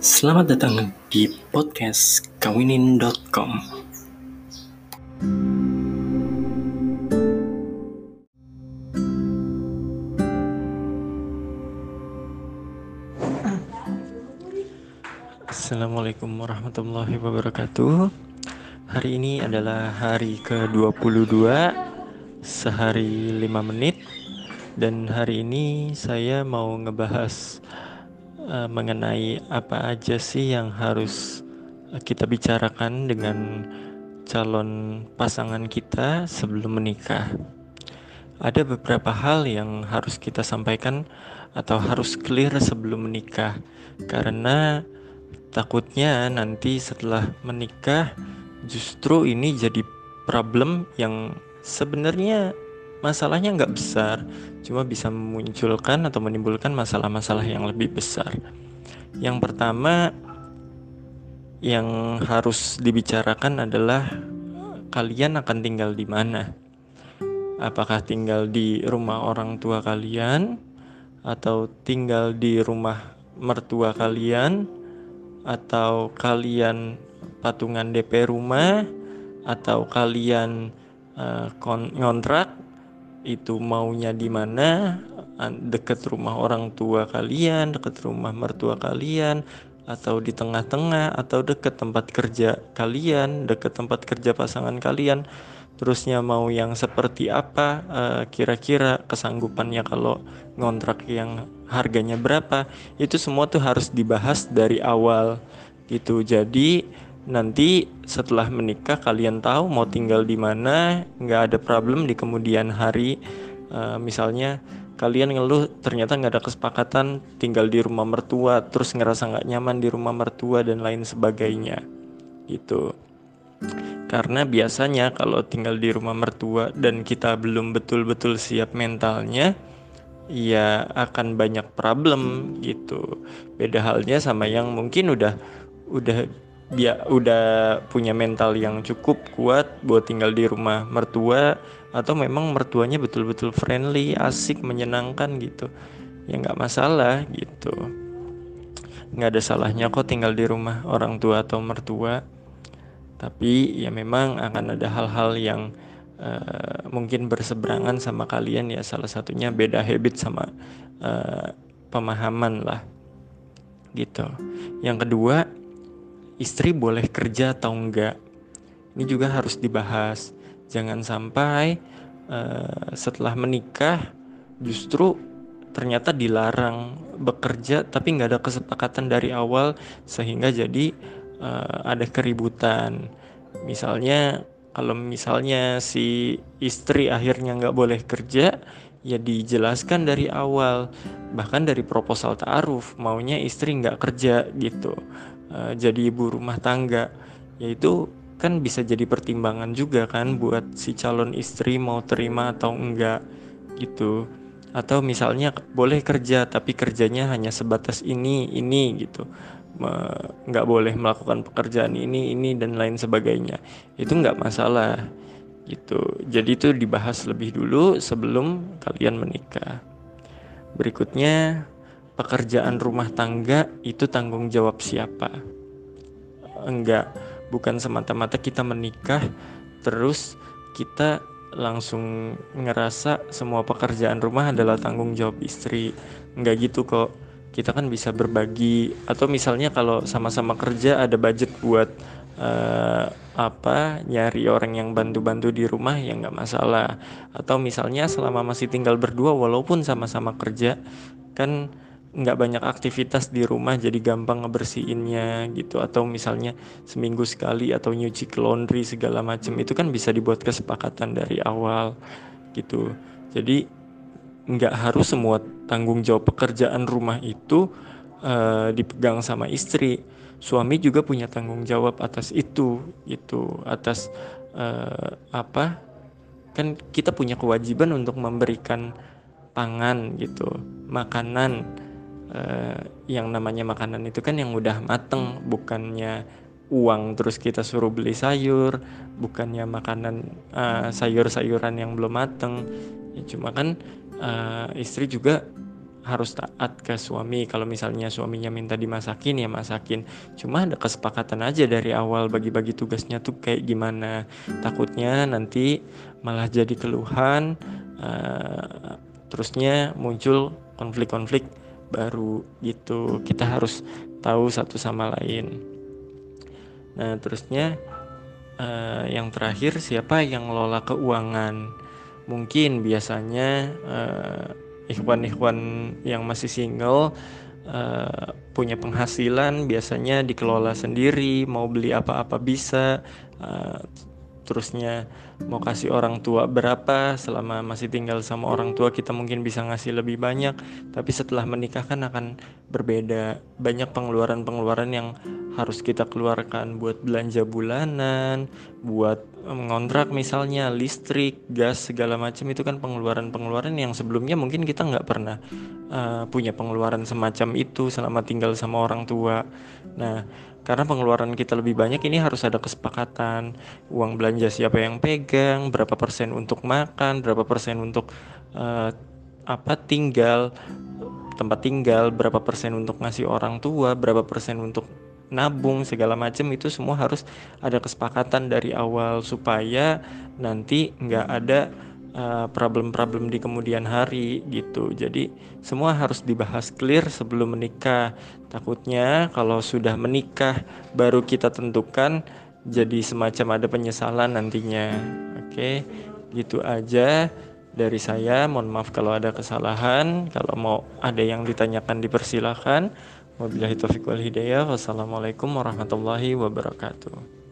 Selamat datang di podcast kawinin.com. Assalamualaikum warahmatullahi wabarakatuh. Hari ini adalah hari ke-22, sehari 5 menit. Dan hari ini saya mau ngebahas mengenai apa aja sih yang harus kita bicarakan dengan calon pasangan kita sebelum menikah. Ada beberapa hal yang harus kita sampaikan atau harus clear sebelum menikah, karena takutnya nanti setelah menikah justru ini jadi problem yang sebenarnya masalahnya nggak besar, cuma bisa memunculkan atau menimbulkan masalah-masalah yang lebih besar. Yang pertama yang harus dibicarakan adalah kalian akan tinggal di mana. Apakah tinggal di rumah orang tua kalian, atau tinggal di rumah mertua kalian, atau kalian patungan DP rumah, atau kalian ngontrak. Itu maunya di mana? Dekat rumah orang tua kalian, dekat rumah mertua kalian, atau di tengah-tengah, atau dekat tempat kerja kalian, dekat tempat kerja pasangan kalian. Terusnya mau yang seperti apa, kira-kira kesanggupannya kalau ngontrak yang harganya berapa. Itu semua tuh harus dibahas dari awal gitu. Jadi nanti setelah menikah kalian tahu mau tinggal di mana, nggak ada problem di kemudian hari. Misalnya kalian ngeluh ternyata nggak ada kesepakatan tinggal di rumah mertua, terus ngerasa nggak nyaman di rumah mertua dan lain sebagainya gitu. Karena biasanya kalau tinggal di rumah mertua dan kita belum betul-betul siap mentalnya, ya akan banyak problem gitu. Beda halnya sama yang mungkin udah udah punya mental yang cukup kuat buat tinggal di rumah mertua, atau memang mertuanya betul-betul friendly, asik, menyenangkan gitu. Ya nggak masalah gitu. Nggak ada salahnya kok tinggal di rumah orang tua atau mertua. Tapi ya memang akan ada hal-hal yang mungkin berseberangan sama kalian ya. Salah satunya beda habit sama pemahaman lah gitu. Yang kedua, istri boleh kerja atau enggak. Ini juga harus dibahas. Jangan sampai setelah menikah justru ternyata dilarang bekerja tapi nggak ada kesepakatan dari awal, sehingga jadi ada keributan. Misalnya kalau misalnya si istri akhirnya nggak boleh kerja, ya dijelaskan dari awal, bahkan dari proposal ta'aruf maunya istri nggak kerja gitu, jadi ibu rumah tangga. Yaitu kan bisa jadi pertimbangan juga kan buat si calon istri mau terima atau enggak gitu. Atau misalnya boleh kerja tapi kerjanya hanya sebatas ini gitu, nggak boleh melakukan pekerjaan ini dan lain sebagainya. Itu nggak masalah gitu. Jadi itu dibahas lebih dulu sebelum kalian menikah. Berikutnya, pekerjaan rumah tangga itu tanggung jawab siapa? Enggak, bukan semata-mata kita menikah terus kita langsung ngerasa semua pekerjaan rumah adalah tanggung jawab istri. Enggak gitu kok. Kita kan bisa berbagi, atau misalnya kalau sama-sama kerja ada budget buat nyari orang yang bantu-bantu di rumah, ya nggak masalah. Atau misalnya selama masih tinggal berdua walaupun sama-sama kerja, kan nggak banyak aktivitas di rumah jadi gampang ngebersihinnya gitu. Atau misalnya seminggu sekali atau nyuci ke laundry segala macam, itu kan bisa dibuat kesepakatan dari awal gitu. Jadi nggak harus semua tanggung jawab pekerjaan rumah itu dipegang sama istri. Suami juga punya tanggung jawab atas itu gitu, atas kan kita punya kewajiban untuk memberikan pangan gitu, makanan. Yang namanya makanan itu kan yang udah mateng, bukannya uang terus kita suruh beli sayur, bukannya makanan sayur-sayuran yang belum mateng. Ya cuma kan istri juga harus taat ke suami. Kalau misalnya suaminya minta dimasakin ya masakin. Cuma ada kesepakatan aja dari awal bagi-bagi tugasnya tuh kayak gimana. Takutnya nanti malah jadi keluhan, terusnya muncul konflik-konflik baru gitu. Kita harus tahu satu sama lain. Nah terusnya yang terakhir, siapa yang ngelola keuangan? Mungkin biasanya ikhwan-ikhwan yang masih single punya penghasilan biasanya dikelola sendiri, mau beli apa-apa bisa, terusnya mau kasih orang tua berapa, selama masih tinggal sama orang tua kita mungkin bisa ngasih lebih banyak, tapi setelah menikah kan akan berbeda. Banyak pengeluaran-pengeluaran yang harus kita keluarkan buat belanja bulanan, buat ngontrak misalnya, listrik, gas, segala macam. Itu kan pengeluaran-pengeluaran yang sebelumnya mungkin kita nggak pernah punya pengeluaran semacam itu selama tinggal sama orang tua. Nah, karena pengeluaran kita lebih banyak, ini harus ada kesepakatan. Uang belanja siapa yang pegang, berapa persen untuk makan, berapa persen untuk tinggal, tempat tinggal, berapa persen untuk ngasih orang tua, berapa persen untuk nabung, segala macam. Itu semua harus ada kesepakatan dari awal supaya nanti nggak ada problem-problem di kemudian hari gitu. Jadi semua harus dibahas clear sebelum menikah. Takutnya kalau sudah menikah baru kita tentukan, jadi semacam ada penyesalan nantinya. Oke, gitu aja dari saya. Mohon maaf kalau ada kesalahan. Kalau mau ada yang ditanyakan dipersilakan. Wabillahi taufiq wal hidayah. Wassalamualaikum warahmatullahi wabarakatuh.